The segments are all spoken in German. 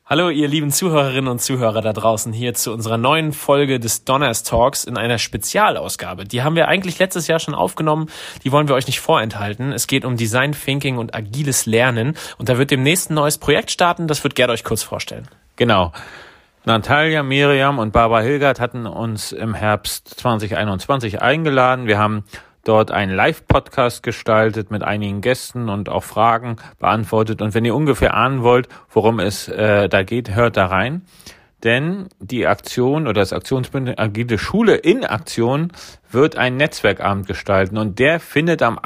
Hallo, ihr lieben Zuhörerinnen und Zuhörer da draußen hier zu unserer neuen Folge des Donners Talks in einer Spezialausgabe. Die haben wir eigentlich letztes Jahr schon aufgenommen, die wollen wir euch nicht vorenthalten. Es geht um Design Thinking und agiles Lernen und da wird demnächst ein neues Projekt starten, das wird Gerd euch kurz vorstellen. Genau. Natalia, Miriam und Barbara Hilgert hatten uns im Herbst 2021 eingeladen. Wir haben dort einen Live-Podcast gestaltet mit einigen Gästen und auch Fragen beantwortet. Und wenn ihr ungefähr ahnen wollt, worum es da geht, hört da rein. Denn die Aktion oder das Aktionsbündnis Agile Schule in Aktion wird einen Netzwerkabend gestalten. Und der findet am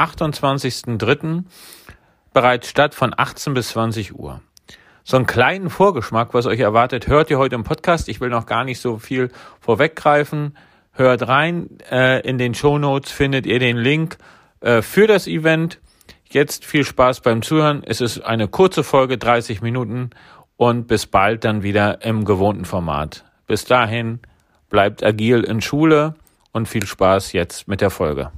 28.03. bereits statt von 18 bis 20 Uhr. So einen kleinen Vorgeschmack, was euch erwartet, hört ihr heute im Podcast. Ich will noch gar nicht so viel vorweggreifen. Hört rein, in den Shownotes findet ihr den Link für das Event. Jetzt viel Spaß beim Zuhören. Es ist eine kurze Folge, 30 Minuten und bis bald dann wieder im gewohnten Format. Bis dahin, bleibt agil in Schule und viel Spaß jetzt mit der Folge.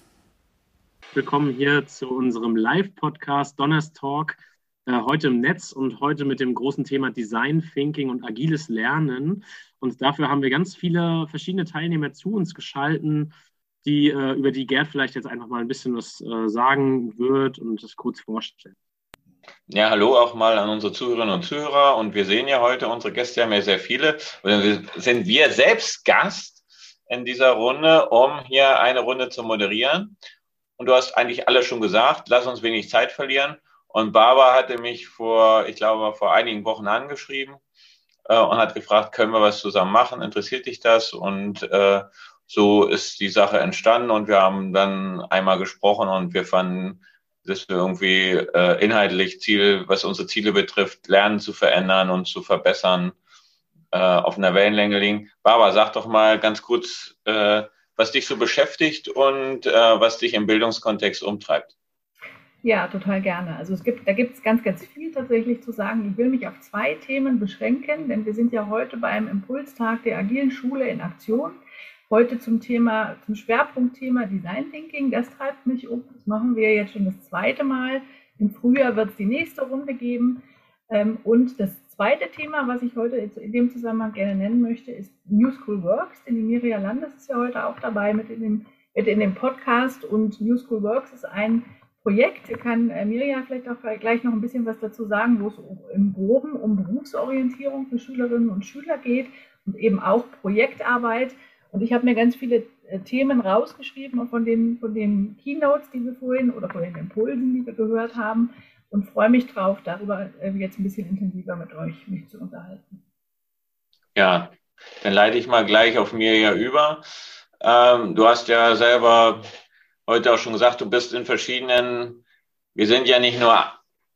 Willkommen hier zu unserem Live-Podcast Donners Talk, heute im Netz und heute mit dem großen Thema Design Thinking und agiles Lernen. Und dafür haben wir ganz viele verschiedene Teilnehmer zu uns geschalten, über die Gerd vielleicht jetzt einfach mal ein bisschen was sagen wird und das kurz vorstellen. Ja, hallo auch mal an unsere Zuhörerinnen und Zuhörer. Und wir sehen ja heute, unsere Gäste haben ja sehr viele. Und sind wir selbst Gast in dieser Runde, um hier eine Runde zu moderieren. Und du hast eigentlich alles schon gesagt, lass uns wenig Zeit verlieren. Und Barbara hatte mich vor einigen Wochen angeschrieben und hat gefragt, können wir was zusammen machen? Interessiert dich das? Und so ist die Sache entstanden und wir haben dann einmal gesprochen und wir fanden, dass wir irgendwie inhaltlich was unsere Ziele betrifft, Lernen zu verändern und zu verbessern, auf einer Wellenlänge liegen. Barbara, sag doch mal ganz kurz, was dich so beschäftigt und was dich im Bildungskontext umtreibt. Ja, total gerne. Also da gibt es ganz, ganz viel tatsächlich zu sagen. Ich will mich auf 2 Themen beschränken, denn wir sind ja heute beim Impulstag der agilen Schule in Aktion. Heute zum Schwerpunktthema Design Thinking. Das treibt mich um. Das machen wir jetzt schon das 2. Mal. Im Frühjahr wird es die nächste Runde geben. Und das zweite Thema, was ich heute in dem Zusammenhang gerne nennen möchte, ist New School Works. Denn die Miriam Landes ist ja heute auch dabei mit in dem Podcast. Und New School Works ist ein Projekt, kann Miriam vielleicht auch gleich noch ein bisschen was dazu sagen, wo es im Groben um Berufsorientierung für Schülerinnen und Schüler geht und eben auch Projektarbeit. Und ich habe mir ganz viele Themen rausgeschrieben von den Keynotes, die wir vorhin oder von den Impulsen, die wir gehört haben und freue mich drauf, darüber jetzt ein bisschen intensiver mit euch mich zu unterhalten. Ja, dann leite ich mal gleich auf Miriam über. Du hast ja selber heute auch schon gesagt, du bist wir sind ja nicht nur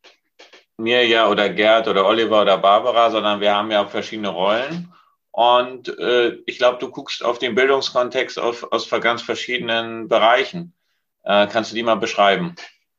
Mirja oder Gerd oder Oliver oder Barbara, sondern wir haben ja auch verschiedene Rollen. Und ich glaube, du guckst auf den Bildungskontext aus ganz verschiedenen Bereichen. Kannst du die mal beschreiben?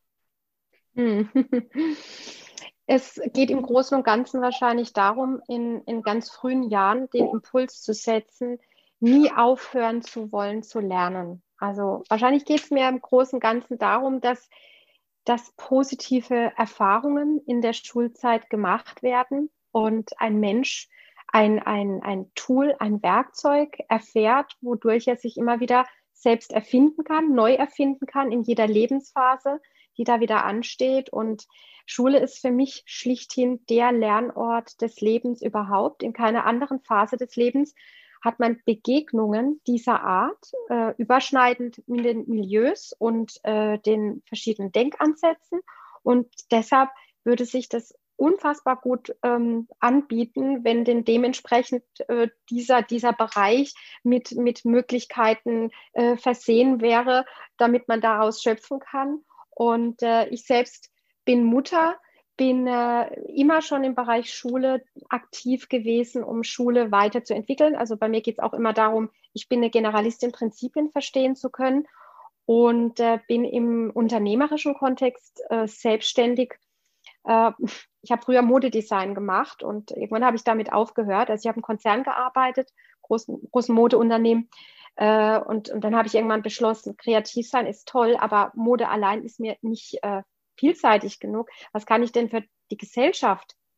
Es geht im Großen und Ganzen wahrscheinlich darum, in ganz frühen Jahren den Impuls zu setzen, nie aufhören zu wollen zu lernen. Also wahrscheinlich geht es mir im Großen und Ganzen darum, dass positive Erfahrungen in der Schulzeit gemacht werden und ein Mensch ein Tool, ein Werkzeug erfährt, wodurch er sich immer wieder selbst erfinden kann, neu erfinden kann in jeder Lebensphase, die da wieder ansteht. Und Schule ist für mich schlichthin der Lernort des Lebens überhaupt. In keiner anderen Phase des Lebens hat man Begegnungen dieser Art, überschneidend in den Milieus und den verschiedenen Denkansätzen. Und deshalb würde sich das unfassbar gut anbieten, wenn denn dementsprechend dieser Bereich mit Möglichkeiten versehen wäre, damit man daraus schöpfen kann. Und ich selbst bin Mutter, bin immer schon im Bereich Schule aktiv gewesen, um Schule weiterzuentwickeln. Also bei mir geht es auch immer darum, ich bin eine Generalistin, Prinzipien verstehen zu können und bin im unternehmerischen Kontext selbstständig. Ich habe früher Modedesign gemacht und irgendwann habe ich damit aufgehört. Also ich habe im Konzern gearbeitet, großen Modeunternehmen. Und dann habe ich irgendwann beschlossen, kreativ sein ist toll, aber Mode allein ist mir nicht vielseitig genug. Was kann ich denn für die Gesellschaft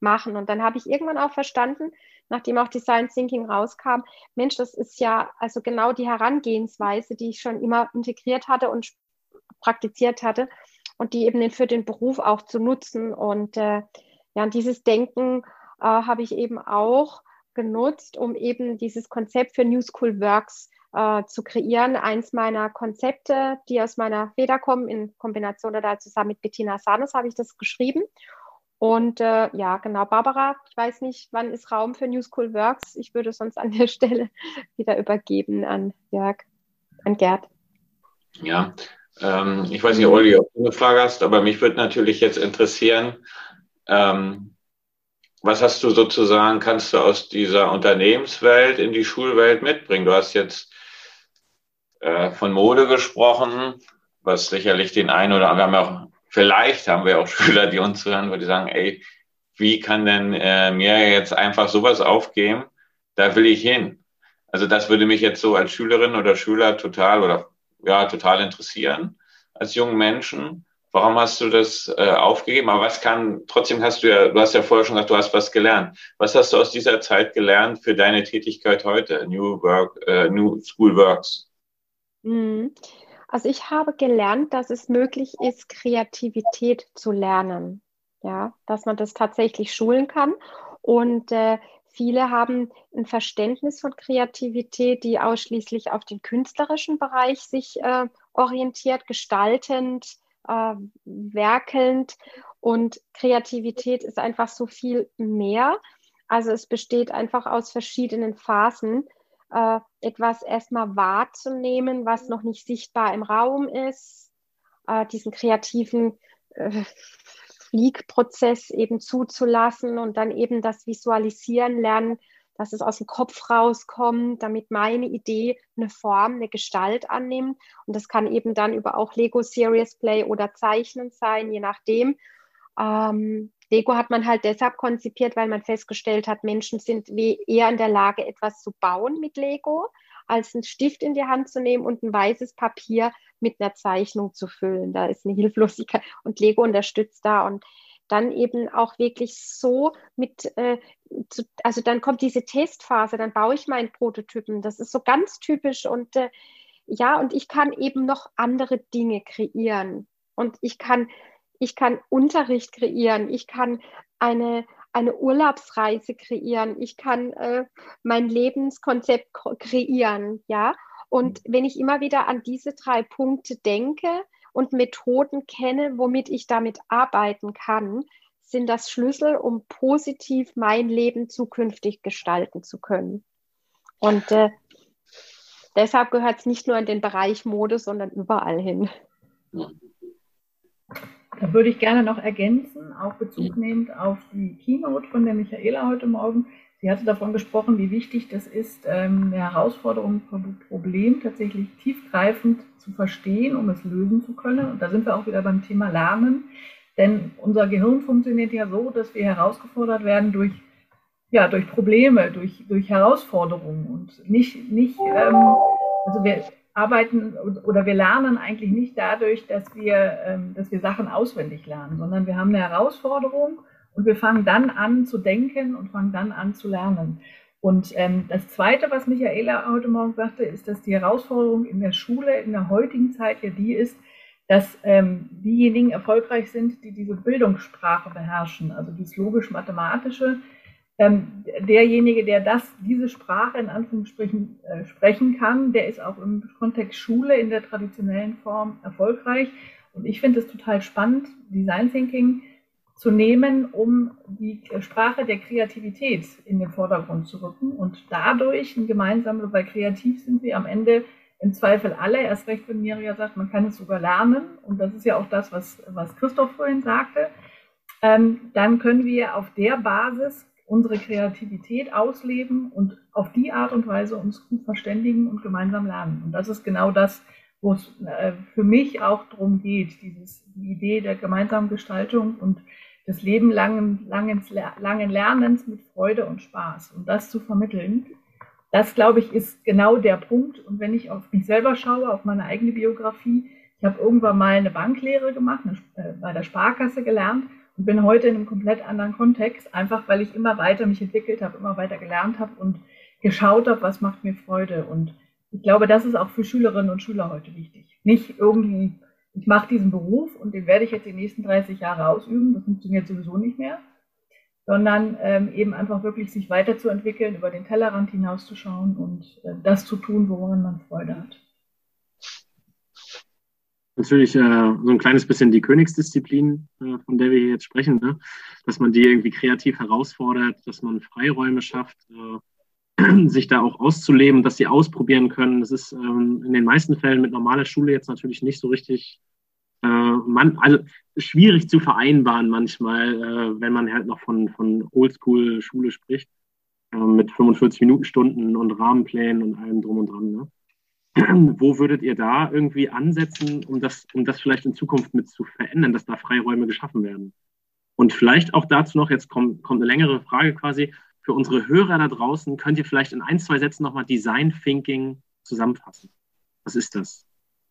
machen. Und dann habe ich irgendwann auch verstanden, nachdem auch Design Thinking rauskam, Mensch, das ist ja also genau die Herangehensweise, die ich schon immer integriert hatte und praktiziert hatte und die eben für den Beruf auch zu nutzen. Und und dieses Denken habe ich eben auch genutzt, um eben dieses Konzept für New School Works zu kreieren. Eins meiner Konzepte, die aus meiner Feder kommen, in Kombination oder zusammen mit Bettina Sarnes habe ich das geschrieben. Und genau, Barbara, ich weiß nicht, wann ist Raum für New School Works? Ich würde sonst an der Stelle wieder übergeben an Jörg, an Gerd. Ja, ich weiß nicht, Olli, ob du eine Frage hast, aber mich würde natürlich jetzt interessieren, was hast du sozusagen, kannst du aus dieser Unternehmenswelt in die Schulwelt mitbringen? Du hast jetzt von Mode gesprochen, was sicherlich den einen oder anderen, vielleicht haben wir auch Schüler, die uns hören, wo die sagen, ey, wie kann denn mir jetzt einfach sowas aufgeben? Da will ich hin. Also das würde mich jetzt so als Schülerin oder Schüler total interessieren, als jungen Menschen. Warum hast du das aufgegeben? Aber trotzdem du hast ja vorher schon gesagt, du hast was gelernt. Was hast du aus dieser Zeit gelernt für deine Tätigkeit heute, New School Works? Also ich habe gelernt, dass es möglich ist, Kreativität zu lernen. Ja, dass man das tatsächlich schulen kann. Und viele haben ein Verständnis von Kreativität, die ausschließlich auf den künstlerischen Bereich sich orientiert, gestaltend, werkelnd. Und Kreativität ist einfach so viel mehr. Also es besteht einfach aus verschiedenen Phasen, etwas erstmal wahrzunehmen, was noch nicht sichtbar im Raum ist, diesen kreativen Fliegprozess eben zuzulassen und dann eben das Visualisieren lernen, dass es aus dem Kopf rauskommt, damit meine Idee eine Form, eine Gestalt annimmt. Und das kann eben dann über auch Lego Serious Play oder Zeichnen sein, je nachdem. Lego hat man halt deshalb konzipiert, weil man festgestellt hat, Menschen sind eher in der Lage, etwas zu bauen mit Lego, als einen Stift in die Hand zu nehmen und ein weißes Papier mit einer Zeichnung zu füllen. Da ist eine Hilflosigkeit und Lego unterstützt da. Und dann eben auch wirklich so also dann kommt diese Testphase, dann baue ich meinen Prototypen. Das ist so ganz typisch und und ich kann eben noch andere Dinge kreieren. Und ich kann Unterricht kreieren, ich kann eine Urlaubsreise kreieren, ich kann mein Lebenskonzept kreieren, ja. Und wenn ich immer wieder an diese 3 Punkte denke und Methoden kenne, womit ich damit arbeiten kann, sind das Schlüssel, um positiv mein Leben zukünftig gestalten zu können. Und deshalb gehört es nicht nur in den Bereich Mode, sondern überall hin. Da würde ich gerne noch ergänzen, auch Bezug nehmend auf die Keynote von der Michaela heute Morgen. Sie hatte davon gesprochen, wie wichtig das ist, eine Herausforderung, ein Problem tatsächlich tiefgreifend zu verstehen, um es lösen zu können. Und da sind wir auch wieder beim Thema Lernen. Denn unser Gehirn funktioniert ja so, dass wir herausgefordert werden durch Probleme, durch Herausforderungen und also wir arbeiten oder wir lernen eigentlich nicht dadurch, dass wir Sachen auswendig lernen, sondern wir haben eine Herausforderung und wir fangen dann an zu denken und fangen dann an zu lernen. Und das Zweite, was Michaela heute Morgen sagte, ist, dass die Herausforderung in der Schule in der heutigen Zeit ja die ist, dass diejenigen erfolgreich sind, die diese Bildungssprache beherrschen, also das logisch-mathematische. Derjenige, der diese Sprache in Anführungsstrichen sprechen kann, der ist auch im Kontext Schule in der traditionellen Form erfolgreich. Und ich finde es total spannend, Design Thinking zu nehmen, um die Sprache der Kreativität in den Vordergrund zu rücken und dadurch weil kreativ sind wir am Ende im Zweifel alle, erst recht, wenn Mirja sagt, man kann es sogar lernen, und das ist ja auch das, was Christoph vorhin sagte, dann können wir auf der Basis unsere Kreativität ausleben und auf die Art und Weise uns gut verständigen und gemeinsam lernen. Und das ist genau das, wo es für mich auch darum geht, die Idee der gemeinsamen Gestaltung und des lebenlangen Lernens mit Freude und Spaß und das zu vermitteln. Das, glaube ich, ist genau der Punkt. Und wenn ich auf mich selber schaue, auf meine eigene Biografie, ich habe irgendwann mal eine Banklehre gemacht, bei der Sparkasse gelernt. und bin heute in einem komplett anderen Kontext, einfach weil ich immer weiter mich entwickelt habe, immer weiter gelernt habe und geschaut habe, was macht mir Freude. Und ich glaube, das ist auch für Schülerinnen und Schüler heute wichtig. Nicht irgendwie, ich mache diesen Beruf und den werde ich jetzt die nächsten 30 Jahre ausüben, das funktioniert sowieso nicht mehr, sondern eben einfach wirklich sich weiterzuentwickeln, über den Tellerrand hinauszuschauen und das zu tun, woran man Freude hat. Natürlich so ein kleines bisschen die Königsdisziplin, von der wir hier jetzt sprechen, ne? Dass man die irgendwie kreativ herausfordert, dass man Freiräume schafft, sich da auch auszuleben, dass sie ausprobieren können. Das ist in den meisten Fällen mit normaler Schule jetzt natürlich nicht so richtig also schwierig zu vereinbaren manchmal, wenn man halt noch von Oldschool-Schule spricht, mit 45-Minuten-Stunden und Rahmenplänen und allem drum und dran. Ne? Wo würdet ihr da irgendwie ansetzen, um das vielleicht in Zukunft mit zu verändern, dass da Freiräume geschaffen werden? Und vielleicht auch dazu noch, jetzt kommt eine längere Frage quasi, für unsere Hörer da draußen, könnt ihr vielleicht in 1, 2 Sätzen nochmal Design Thinking zusammenfassen? Was ist das?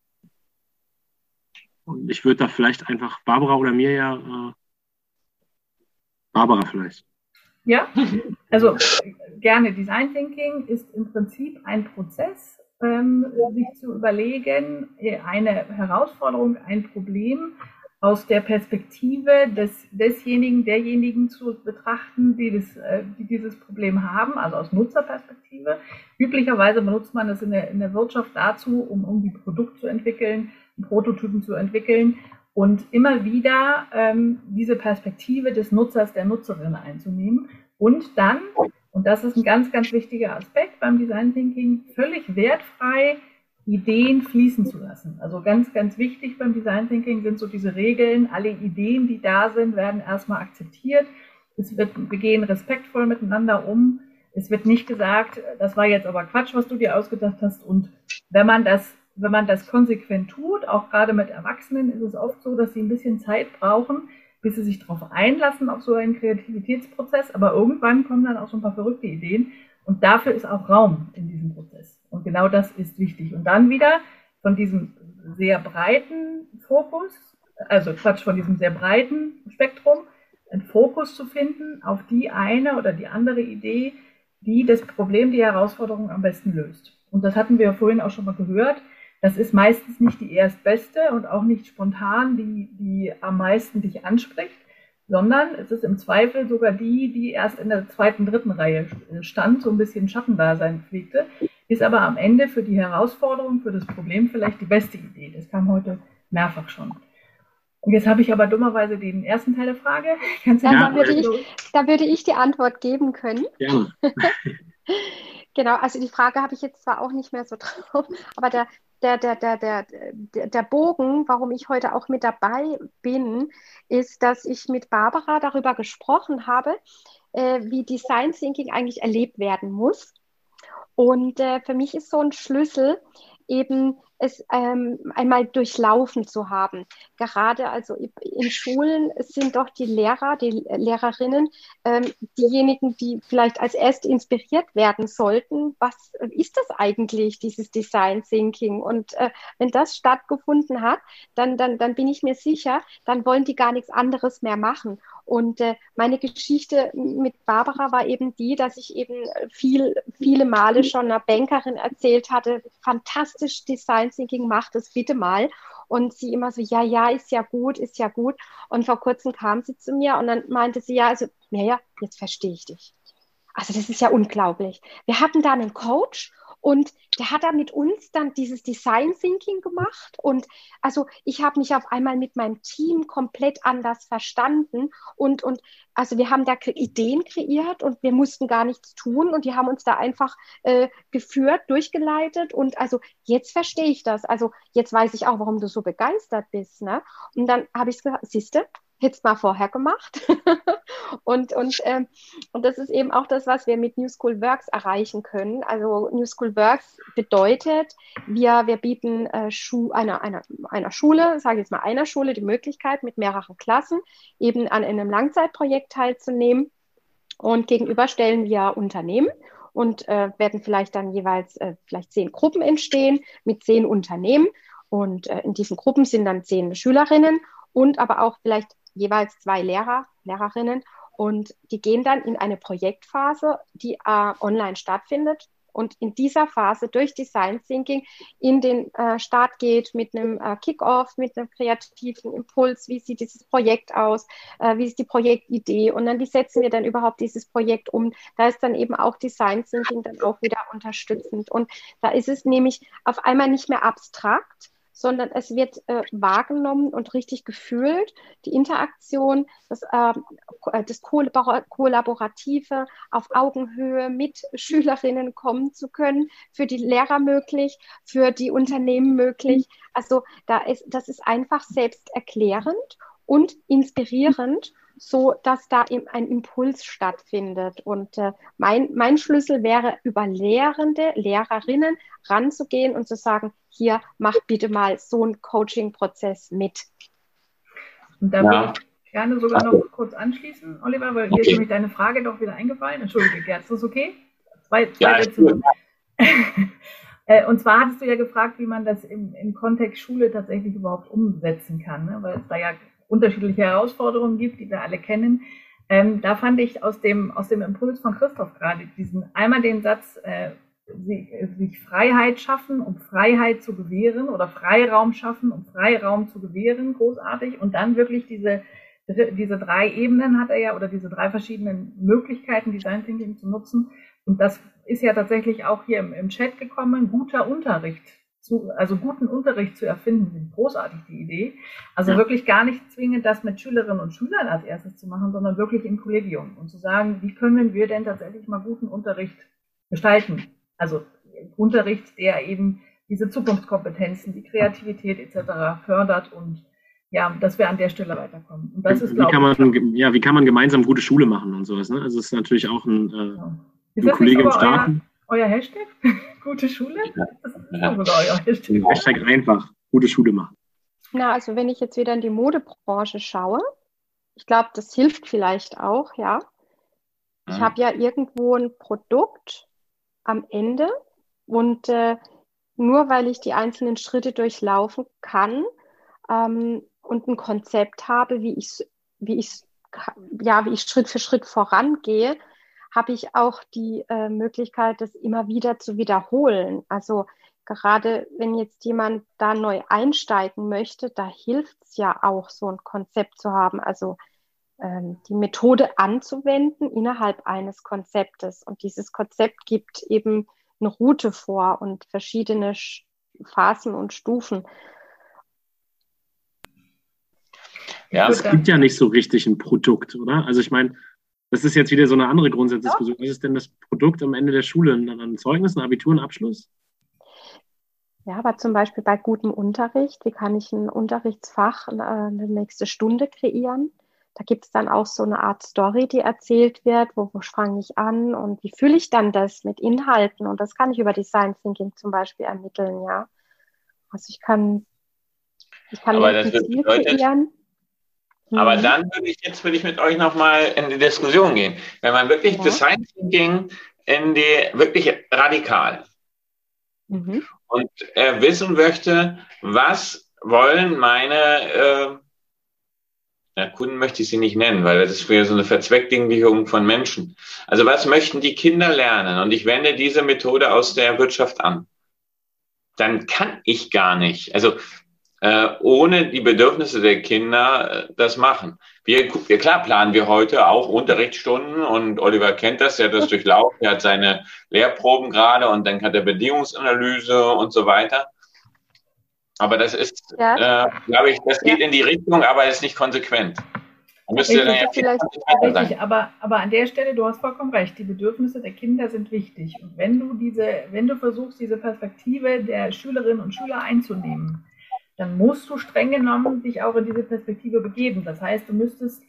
Und ich würde da vielleicht einfach Barbara oder Mirja, Barbara vielleicht. Ja, also gerne. Design Thinking ist im Prinzip ein Prozess, sich zu überlegen, eine Herausforderung, ein Problem aus der Perspektive derjenigen zu betrachten, die dieses Problem haben, also aus Nutzerperspektive. Üblicherweise benutzt man das in der Wirtschaft dazu, um irgendwie Produkt zu entwickeln, Prototypen zu entwickeln und immer wieder diese Perspektive des Nutzers, der Nutzerin einzunehmen und dann, und das ist ein ganz, ganz wichtiger Aspekt beim Design Thinking, völlig wertfrei Ideen fließen zu lassen. Also ganz, ganz wichtig beim Design Thinking sind so diese Regeln, alle Ideen, die da sind, werden erstmal akzeptiert. Wir gehen respektvoll miteinander um. Es wird nicht gesagt, das war jetzt aber Quatsch, was du dir ausgedacht hast. Und wenn man das konsequent tut, auch gerade mit Erwachsenen, ist es oft so, dass sie ein bisschen Zeit brauchen, bis sie sich darauf einlassen, auf so einen Kreativitätsprozess. Aber irgendwann kommen dann auch so ein paar verrückte Ideen. Und dafür ist auch Raum in diesem Prozess. Und genau das ist wichtig. Und dann wieder von diesem sehr breiten Fokus, von diesem sehr breiten Spektrum, einen Fokus zu finden auf die eine oder die andere Idee, die das Problem, die Herausforderung am besten löst. Und das hatten wir ja vorhin auch schon mal gehört. Das ist meistens nicht die erstbeste und auch nicht spontan, die am meisten dich anspricht, sondern es ist im Zweifel sogar die erst in der 2., 3. Reihe stand, so ein bisschen Schattendasein pflegte, ist aber am Ende für die Herausforderung, für das Problem vielleicht die beste Idee. Das kam heute mehrfach schon. Und jetzt habe ich aber dummerweise den ersten Teil der Frage. Da würde ich die Antwort geben können. Ja. Genau, also die Frage habe ich jetzt zwar auch nicht mehr so drauf, aber der Bogen, warum ich heute auch mit dabei bin, ist, dass ich mit Barbara darüber gesprochen habe, wie Design Thinking eigentlich erlebt werden muss. Und für mich ist so ein Schlüssel, eben es einmal durchlaufen zu haben. Gerade also in Schulen sind doch die Lehrer, die Lehrerinnen, diejenigen, die vielleicht als Erste inspiriert werden sollten. Was ist das eigentlich, dieses Design Thinking? Und wenn das stattgefunden hat, dann bin ich mir sicher, dann wollen die gar nichts anderes mehr machen. Und meine Geschichte mit Barbara war eben die, dass ich eben viele Male schon einer Bankerin erzählt hatte, fantastisch Design Thinking, mach das bitte mal. Und sie immer so, ja, ist ja gut. Und vor kurzem kam sie zu mir und dann meinte sie, ja, jetzt verstehe ich dich. Also das ist ja unglaublich. Wir hatten da einen Coach und der hat da mit uns dann dieses Design Thinking gemacht. Und also ich habe mich auf einmal mit meinem Team komplett anders verstanden. Und also wir haben da Ideen kreiert und wir mussten gar nichts tun. Und die haben uns da einfach geführt, durchgeleitet. Und also jetzt verstehe ich das. Also jetzt weiß ich auch, warum du so begeistert bist. Ne? Und dann habe ich gesagt, siehste, hättest mal vorher gemacht. und das ist eben auch das, was wir mit New School Works erreichen können. Also New School Works bedeutet, wir bieten einer Schule, sage ich jetzt mal einer Schule, die Möglichkeit, mit mehreren Klassen eben an einem Langzeitprojekt teilzunehmen. Und gegenüber stellen wir Unternehmen und werden vielleicht dann jeweils vielleicht 10 Gruppen entstehen mit 10 Unternehmen. Und in diesen Gruppen sind dann 10 Schülerinnen und aber auch vielleicht jeweils 2 Lehrerinnen, und die gehen dann in eine Projektphase, die online stattfindet. Und in dieser Phase durch Design Thinking in den Start geht mit einem Kick-Off, mit einem kreativen Impuls. Wie sieht dieses Projekt aus? Wie ist die Projektidee? Und dann, wie setzen wir dann überhaupt dieses Projekt um? Da ist dann eben auch Design Thinking dann auch wieder unterstützend. Und da ist es nämlich auf einmal nicht mehr abstrakt, sondern es wird wahrgenommen und richtig gefühlt. Die Interaktion, das Kollaborative, auf Augenhöhe mit Schülerinnen kommen zu können, für die Lehrer möglich, für die Unternehmen möglich. Also das ist einfach selbsterklärend und inspirierend, so dass da eben ein Impuls stattfindet. Und mein Schlüssel wäre, über Lehrerinnen ranzugehen und zu sagen, hier, mach bitte mal so einen Coaching-Prozess mit. Und da würde ich gerne sogar noch kurz anschließen, Oliver, weil mir ist nämlich deine Frage doch wieder eingefallen. Entschuldige, Gerd, ist das okay? Zwei Sätze. Und zwar hattest du ja gefragt, wie man das im Kontext Schule tatsächlich überhaupt umsetzen kann, ne? Weil es da ja unterschiedliche Herausforderungen gibt, die wir alle kennen. Da fand ich aus dem Impuls von Christoph gerade einmal den Satz, sich Freiheit schaffen, um Freiheit zu gewähren, oder Freiraum schaffen, um Freiraum zu gewähren, großartig. Und dann wirklich diese 3 Ebenen hat er ja, oder diese 3 verschiedenen Möglichkeiten, Design Thinking zu nutzen. Und das ist ja tatsächlich auch hier im Chat gekommen, guten Unterricht zu erfinden, großartig die Idee. Also wirklich gar nicht zwingend das mit Schülerinnen und Schülern als erstes zu machen, sondern wirklich im Kollegium und zu sagen, wie können wir denn tatsächlich mal guten Unterricht gestalten? Also Unterricht, der eben diese Zukunftskompetenzen, die Kreativität etc. fördert, und ja, dass wir an der Stelle weiterkommen. Und das ist, wie kann man gemeinsam gute Schule machen und sowas, ne? Also es ist natürlich auch ein Kollegium starten. Euer Hashtag? Gute Schule? Das ist sogar euer Hashtag. Hashtag einfach, gute Schule machen. Na, also wenn ich jetzt wieder in die Modebranche schaue, ich glaube, das hilft vielleicht auch, ja. Ich habe ja irgendwo ein Produkt am Ende, und nur weil ich die einzelnen Schritte durchlaufen kann und ein Konzept habe, wie ich Schritt für Schritt vorangehe, habe ich auch die Möglichkeit, das immer wieder zu wiederholen. Also gerade wenn jetzt jemand da neu einsteigen möchte, da hilft es ja auch, so ein Konzept zu haben. Also die Methode anzuwenden innerhalb eines Konzeptes. Und dieses Konzept gibt eben eine Route vor und verschiedene Phasen und Stufen. Ja, es gibt ja nicht so richtig ein Produkt, oder? Also ich meine, das ist jetzt wieder so eine andere Grundsatzdiskussion. Was ist denn das Produkt am Ende der Schule? Ein Zeugnis, ein Abitur, ein Abschluss? Ja, aber zum Beispiel bei gutem Unterricht, wie kann ich ein Unterrichtsfach, eine nächste Stunde kreieren? Da gibt es dann auch so eine Art Story, die erzählt wird, wo fange ich an und wie fühle ich dann das mit Inhalten? Und das kann ich über Design Thinking zum Beispiel ermitteln, ja. Also ich kann ein Ziel kreieren. Aber dann würde ich mit euch nochmal in die Diskussion gehen. Wenn man wirklich Design Thinking wirklich radikal und wissen möchte, was wollen meine Kunden, möchte ich sie nicht nennen, weil das ist für so eine Verzweckdinglichung von Menschen. Also was möchten die Kinder lernen? Und ich wende diese Methode aus der Wirtschaft an. Dann kann ich gar nicht, also ohne die Bedürfnisse der Kinder das machen. Klar planen wir heute auch Unterrichtsstunden, und Oliver kennt das, er hat das durchlaufen, er hat seine Lehrproben gerade und dann hat er Bedingungsanalyse und so weiter. Aber das ist, glaube ich, das geht in die Richtung, aber ist nicht konsequent. Richtig, aber an der Stelle, du hast vollkommen recht, die Bedürfnisse der Kinder sind wichtig. Und wenn du versuchst, diese Perspektive der Schülerinnen und Schüler einzunehmen, dann musst du streng genommen dich auch in diese Perspektive begeben. Das heißt, du müsstest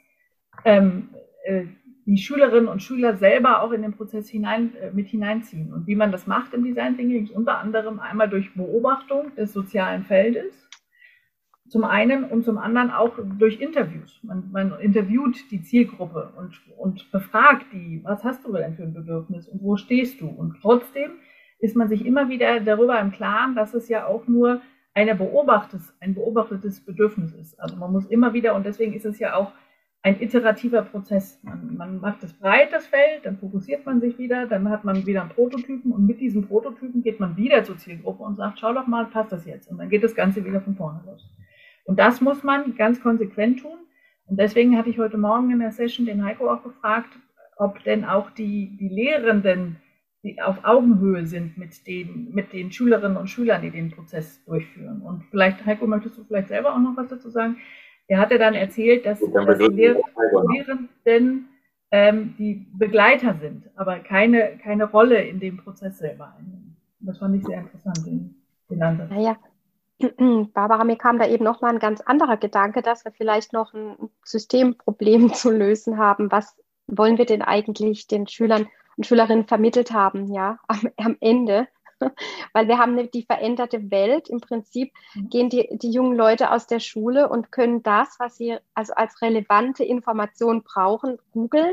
die Schülerinnen und Schüler selber auch in den Prozess mit hineinziehen. Und wie man das macht im Design Thinking, ist unter anderem einmal durch Beobachtung des sozialen Feldes, zum einen, und zum anderen auch durch Interviews. Man interviewt die Zielgruppe und befragt die, was hast du denn für ein Bedürfnis und wo stehst du? Und trotzdem ist man sich immer wieder darüber im Klaren, dass es ja auch nur ein beobachtetes Bedürfnis ist. Also man muss immer wieder, und deswegen ist es ja auch ein iterativer Prozess. Man macht es breit, das Feld, dann fokussiert man sich wieder, dann hat man wieder einen Prototypen und mit diesem Prototypen geht man wieder zur Zielgruppe und sagt, schau doch mal, passt das jetzt? Und dann geht das Ganze wieder von vorne los. Und das muss man ganz konsequent tun. Und deswegen hatte ich heute Morgen in der Session den Heiko auch gefragt, ob denn auch die Lehrenden, die auf Augenhöhe sind mit den Schülerinnen und Schülern, die den Prozess durchführen. Und vielleicht, Heiko, möchtest du vielleicht selber auch noch was dazu sagen? Er hatte dann erzählt, dass die Lehrenden die Begleiter sind, aber keine Rolle in dem Prozess selber einnehmen. Das fand ich sehr interessant, den Ansatz. Naja, Barbara, mir kam da eben nochmal ein ganz anderer Gedanke, dass wir vielleicht noch ein Systemproblem zu lösen haben. Was wollen wir denn eigentlich den Schülern und Schülerinnen vermittelt haben, ja, am Ende? Weil wir haben die veränderte Welt. Im Prinzip gehen die jungen Leute aus der Schule und können das, was sie also als relevante Information brauchen, googeln.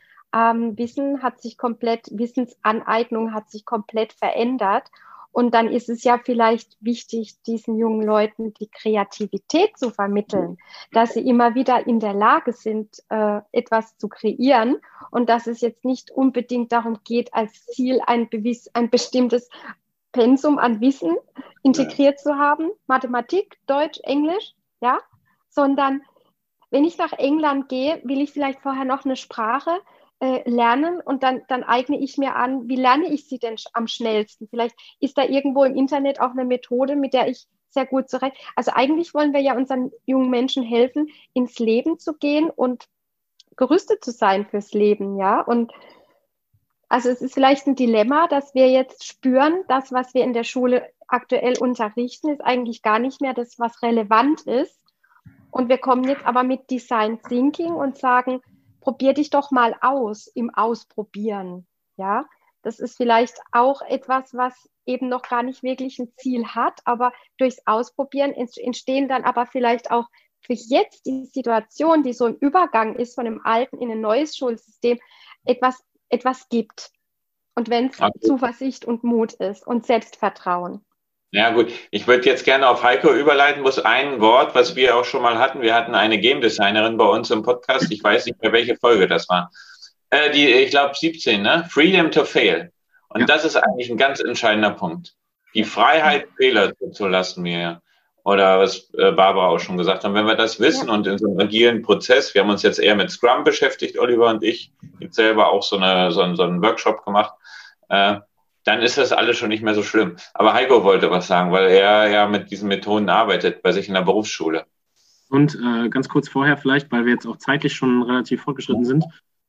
Wissensaneignung hat sich komplett verändert. Und dann ist es ja vielleicht wichtig, diesen jungen Leuten die Kreativität zu vermitteln, dass sie immer wieder in der Lage sind, etwas zu kreieren und dass es jetzt nicht unbedingt darum geht, als Ziel ein bestimmtes Pensum an Wissen integriert zu haben, Mathematik, Deutsch, Englisch, ja, sondern wenn ich nach England gehe, will ich vielleicht vorher noch eine Sprache lernen und dann eigne ich mir an, wie lerne ich sie denn am schnellsten? Vielleicht ist da irgendwo im Internet auch eine Methode, mit der ich sehr gut zurecht. Also eigentlich wollen wir ja unseren jungen Menschen helfen, ins Leben zu gehen und gerüstet zu sein fürs Leben, ja. Und also es ist vielleicht ein Dilemma, dass wir jetzt spüren, das, was wir in der Schule aktuell unterrichten, ist eigentlich gar nicht mehr das, was relevant ist. Und wir kommen jetzt aber mit Design Thinking und sagen, probier dich doch mal aus im Ausprobieren. Ja, das ist vielleicht auch etwas, was eben noch gar nicht wirklich ein Ziel hat, aber durchs Ausprobieren entstehen dann aber vielleicht auch für jetzt die Situation, die so im Übergang ist von einem alten in ein neues Schulsystem, etwas gibt. Und wenn es Zuversicht und Mut ist und Selbstvertrauen. Ja gut, ich würde jetzt gerne auf Heiko überleiten, muss ein Wort, was wir auch schon mal hatten. Wir hatten eine Game Designerin bei uns im Podcast, ich weiß nicht mehr, welche Folge das war. Ich glaube 17, ne? Freedom to fail. Und das ist eigentlich ein ganz entscheidender Punkt. Die Freiheit, Fehler zu lassen mir. Oder was Barbara auch schon gesagt hat. Wenn wir das wissen und in so einem agilen Prozess, wir haben uns jetzt eher mit Scrum beschäftigt, Oliver und ich, jetzt selber auch so einen Workshop gemacht, dann ist das alles schon nicht mehr so schlimm. Aber Heiko wollte was sagen, weil er ja mit diesen Methoden arbeitet bei sich in der Berufsschule. Und ganz kurz vorher vielleicht, weil wir jetzt auch zeitlich schon relativ fortgeschritten sind,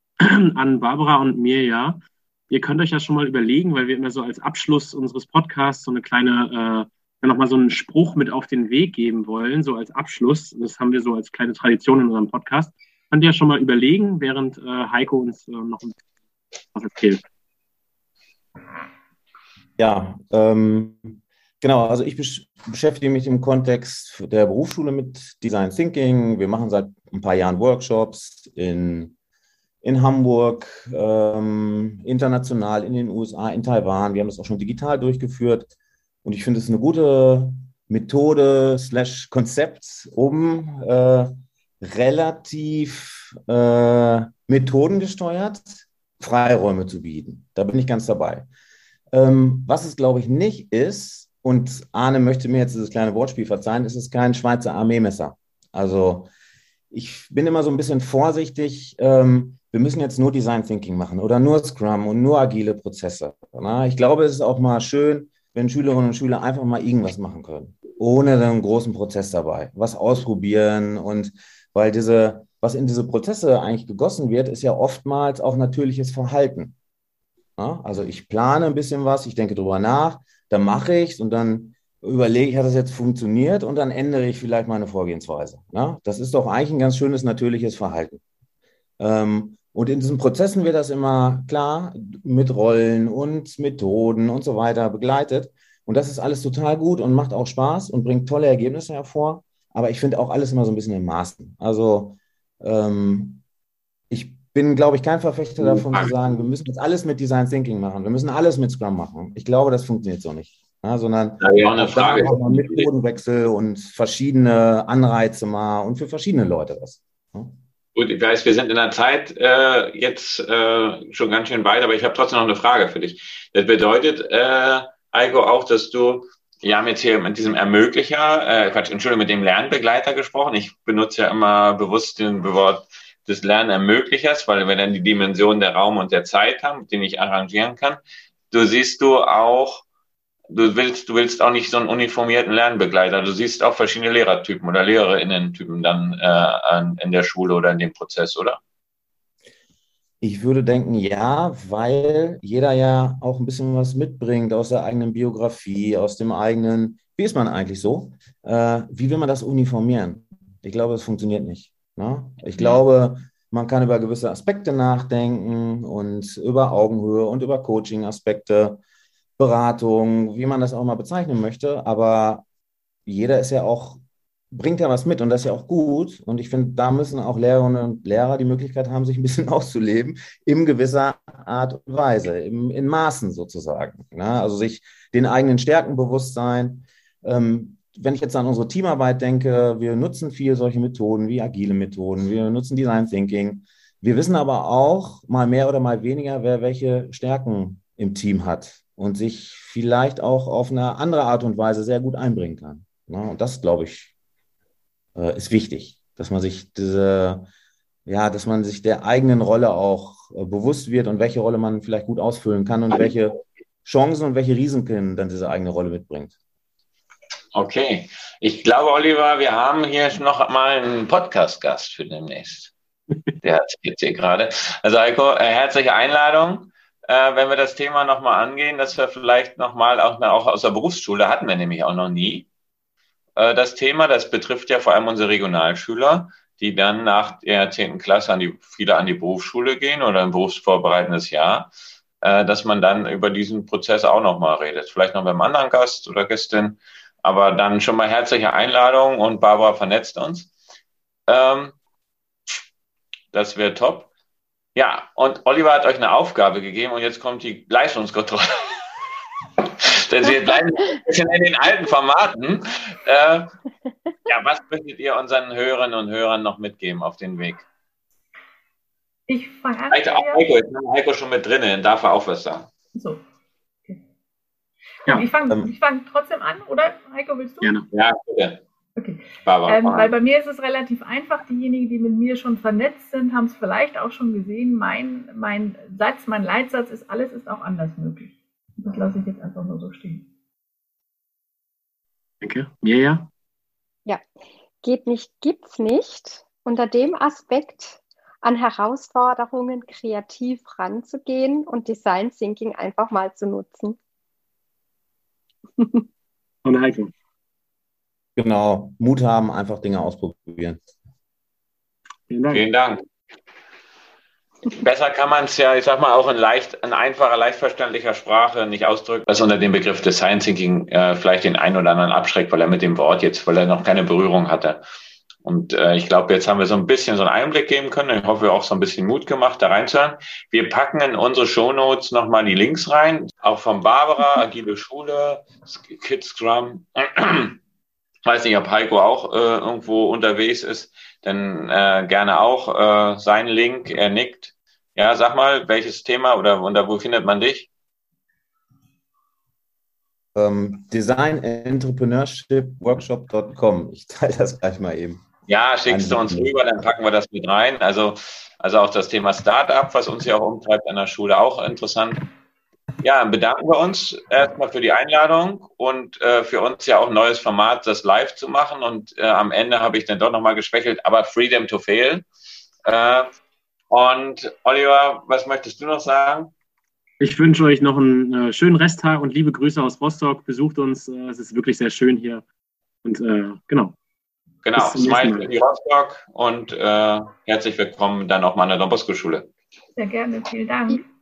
an Barbara und mir, ja. Ihr könnt euch ja schon mal überlegen, weil wir immer so als Abschluss unseres Podcasts so eine kleine, nochmal so einen Spruch mit auf den Weg geben wollen, so als Abschluss. Das haben wir so als kleine Tradition in unserem Podcast. Könnt ihr ja schon mal überlegen, während Heiko uns noch was erzählt. Ja, genau, also ich beschäftige mich im Kontext der Berufsschule mit Design Thinking. Wir machen seit ein paar Jahren Workshops in Hamburg, international, in den USA, in Taiwan. Wir haben das auch schon digital durchgeführt. Und ich finde es eine gute Methode / Konzept, um relativ methodengesteuert Freiräume zu bieten. Da bin ich ganz dabei. Was es, glaube ich, nicht ist, und Arne möchte mir jetzt dieses kleine Wortspiel verzeihen, ist es kein Schweizer Armeemesser. Also ich bin immer so ein bisschen vorsichtig, wir müssen jetzt nur Design Thinking machen oder nur Scrum und nur agile Prozesse. Na, ich glaube, es ist auch mal schön, wenn Schülerinnen und Schüler einfach mal irgendwas machen können, ohne einen großen Prozess dabei, was ausprobieren. Und weil was in diese Prozesse eigentlich gegossen wird, ist ja oftmals auch natürliches Verhalten. Ja, also ich plane ein bisschen was, ich denke drüber nach, dann mache ich es und dann überlege ich, hat das jetzt funktioniert und dann ändere ich vielleicht meine Vorgehensweise. Ja, das ist doch eigentlich ein ganz schönes natürliches Verhalten. Und in diesen Prozessen wird das immer klar mit Rollen und Methoden und so weiter begleitet. Und das ist alles total gut und macht auch Spaß und bringt tolle Ergebnisse hervor. Aber ich finde auch alles immer so ein bisschen in Maßen. Also ich bin, glaube ich, kein Verfechter davon zu sagen, wir müssen jetzt alles mit Design Thinking machen. Wir müssen alles mit Scrum machen. Ich glaube, das funktioniert so nicht. ja, sondern Da habe ich auch eine auch da Frage. auch mal Methodenwechsel und verschiedene Anreize mal und für verschiedene Leute was. Ja. Gut, ich weiß, wir sind in der Zeit jetzt schon ganz schön weit, aber ich habe trotzdem noch eine Frage für dich. Das bedeutet, Heiko, auch, dass wir haben jetzt hier mit diesem Ermöglicher, Entschuldigung, mit dem Lernbegleiter gesprochen. Ich benutze ja immer bewusst den Wort des Lernermöglichers, weil wir dann die Dimension der Raum und der Zeit haben, den ich arrangieren kann. Du siehst du auch, du willst auch nicht so einen uniformierten Lernbegleiter. Du siehst auch verschiedene Lehrertypen oder Lehrerinnen-Typen dann in der Schule oder in dem Prozess, oder? Ich würde denken, ja, weil jeder ja auch ein bisschen was mitbringt aus der eigenen Biografie, aus dem eigenen, wie ist man eigentlich so? Wie will man das uniformieren? Ich glaube, es funktioniert nicht. Ne? Ich glaube, man kann über gewisse Aspekte nachdenken und über Augenhöhe und über Coaching-Aspekte, Beratung, wie man das auch mal bezeichnen möchte, aber jeder ist ja auch, bringt ja was mit und das ist ja auch gut. Und ich finde, da müssen auch Lehrerinnen und Lehrer die Möglichkeit haben, sich ein bisschen auszuleben, in gewisser Art und Weise, in Maßen sozusagen. Ne? Also sich den eigenen Stärken bewusst sein. Wenn ich jetzt an unsere Teamarbeit denke, wir nutzen viel solche Methoden wie agile Methoden, wir nutzen Design Thinking. Wir wissen aber auch, mal mehr oder mal weniger, wer welche Stärken im Team hat und sich vielleicht auch auf eine andere Art und Weise sehr gut einbringen kann. Ne? Und das, glaube ich, ist wichtig, dass man sich dass man sich der eigenen Rolle auch bewusst wird und welche Rolle man vielleicht gut ausfüllen kann und welche Chancen und welche Risiken dann diese eigene Rolle mitbringt. Okay. Ich glaube, Oliver, wir haben hier noch mal einen Podcast-Gast für demnächst. Der hat jetzt hier gerade. Also Heiko, herzliche Einladung. Wenn wir das Thema nochmal angehen, dass wir vielleicht nochmal auch aus der Berufsschule hatten wir nämlich auch noch nie. Das Thema, das betrifft ja vor allem unsere Regionalschüler, die dann nach der 10. Klasse viele an die Berufsschule gehen oder ein berufsvorbereitendes Jahr, dass man dann über diesen Prozess auch nochmal redet. Vielleicht noch mit einem anderen Gast oder Gästin, aber dann schon mal herzliche Einladung und Barbara vernetzt uns. Das wäre top. Ja, und Oliver hat euch eine Aufgabe gegeben und jetzt kommt die Leistungskontrolle. Denn wir bleiben ein bisschen in den alten Formaten. Was möchtet ihr unseren Hörerinnen und Hörern noch mitgeben auf den Weg? Ich fange an. Heiko, jetzt haben wir Heiko schon mit drin, dann darf er auch was sagen. So. Okay. Ja, ich fang trotzdem an, oder? Heiko, willst du? Gerne. Ja, bitte. Okay. Barbara, weil bei mir ist es relativ einfach. Diejenigen, die mit mir schon vernetzt sind, haben es vielleicht auch schon gesehen. Mein Leitsatz ist, alles ist auch anders möglich. Das lasse ich jetzt einfach nur so stehen. Danke. Mirja? Ja, geht nicht, gibt's nicht. Unter dem Aspekt an Herausforderungen kreativ ranzugehen und Design Thinking einfach mal zu nutzen. Und Heiko? Genau, Mut haben, einfach Dinge ausprobieren. Vielen Dank. Vielen Dank. Besser kann man es ja, ich sag mal, auch in einfacher, leicht verständlicher Sprache nicht ausdrücken, was unter dem Begriff Design Thinking vielleicht den einen oder anderen abschreckt, weil er noch keine Berührung hatte. Und ich glaube, jetzt haben wir so ein bisschen so einen Einblick geben können. Ich hoffe, wir auch so ein bisschen Mut gemacht, da reinzuhören. Wir packen in unsere Shownotes nochmal die Links rein, auch von Barbara, Agile Schule, Kids Scrum. Ich weiß nicht, ob Heiko auch irgendwo unterwegs ist, dann gerne auch seinen Link, er nickt. Ja, sag mal, welches Thema oder wo findet man dich? Designentrepreneurshipworkshop.com. Ich teile das gleich mal eben. Ja, schickst du uns rüber, dann packen wir das mit rein. Also auch das Thema Startup, was uns ja auch umtreibt an der Schule, auch interessant. Ja, bedanken wir uns erstmal für die Einladung und für uns ja auch ein neues Format, das live zu machen. Und am Ende habe ich dann doch nochmal geschwächelt, aber Freedom to Fail. Und Oliver, was möchtest du noch sagen? Ich wünsche euch noch einen schönen Resttag und liebe Grüße aus Rostock. Besucht uns, es ist wirklich sehr schön hier. Und genau. Genau, Smile für die Rostock und herzlich willkommen dann auch mal an der Don Bosco Schule. Sehr gerne, vielen Dank.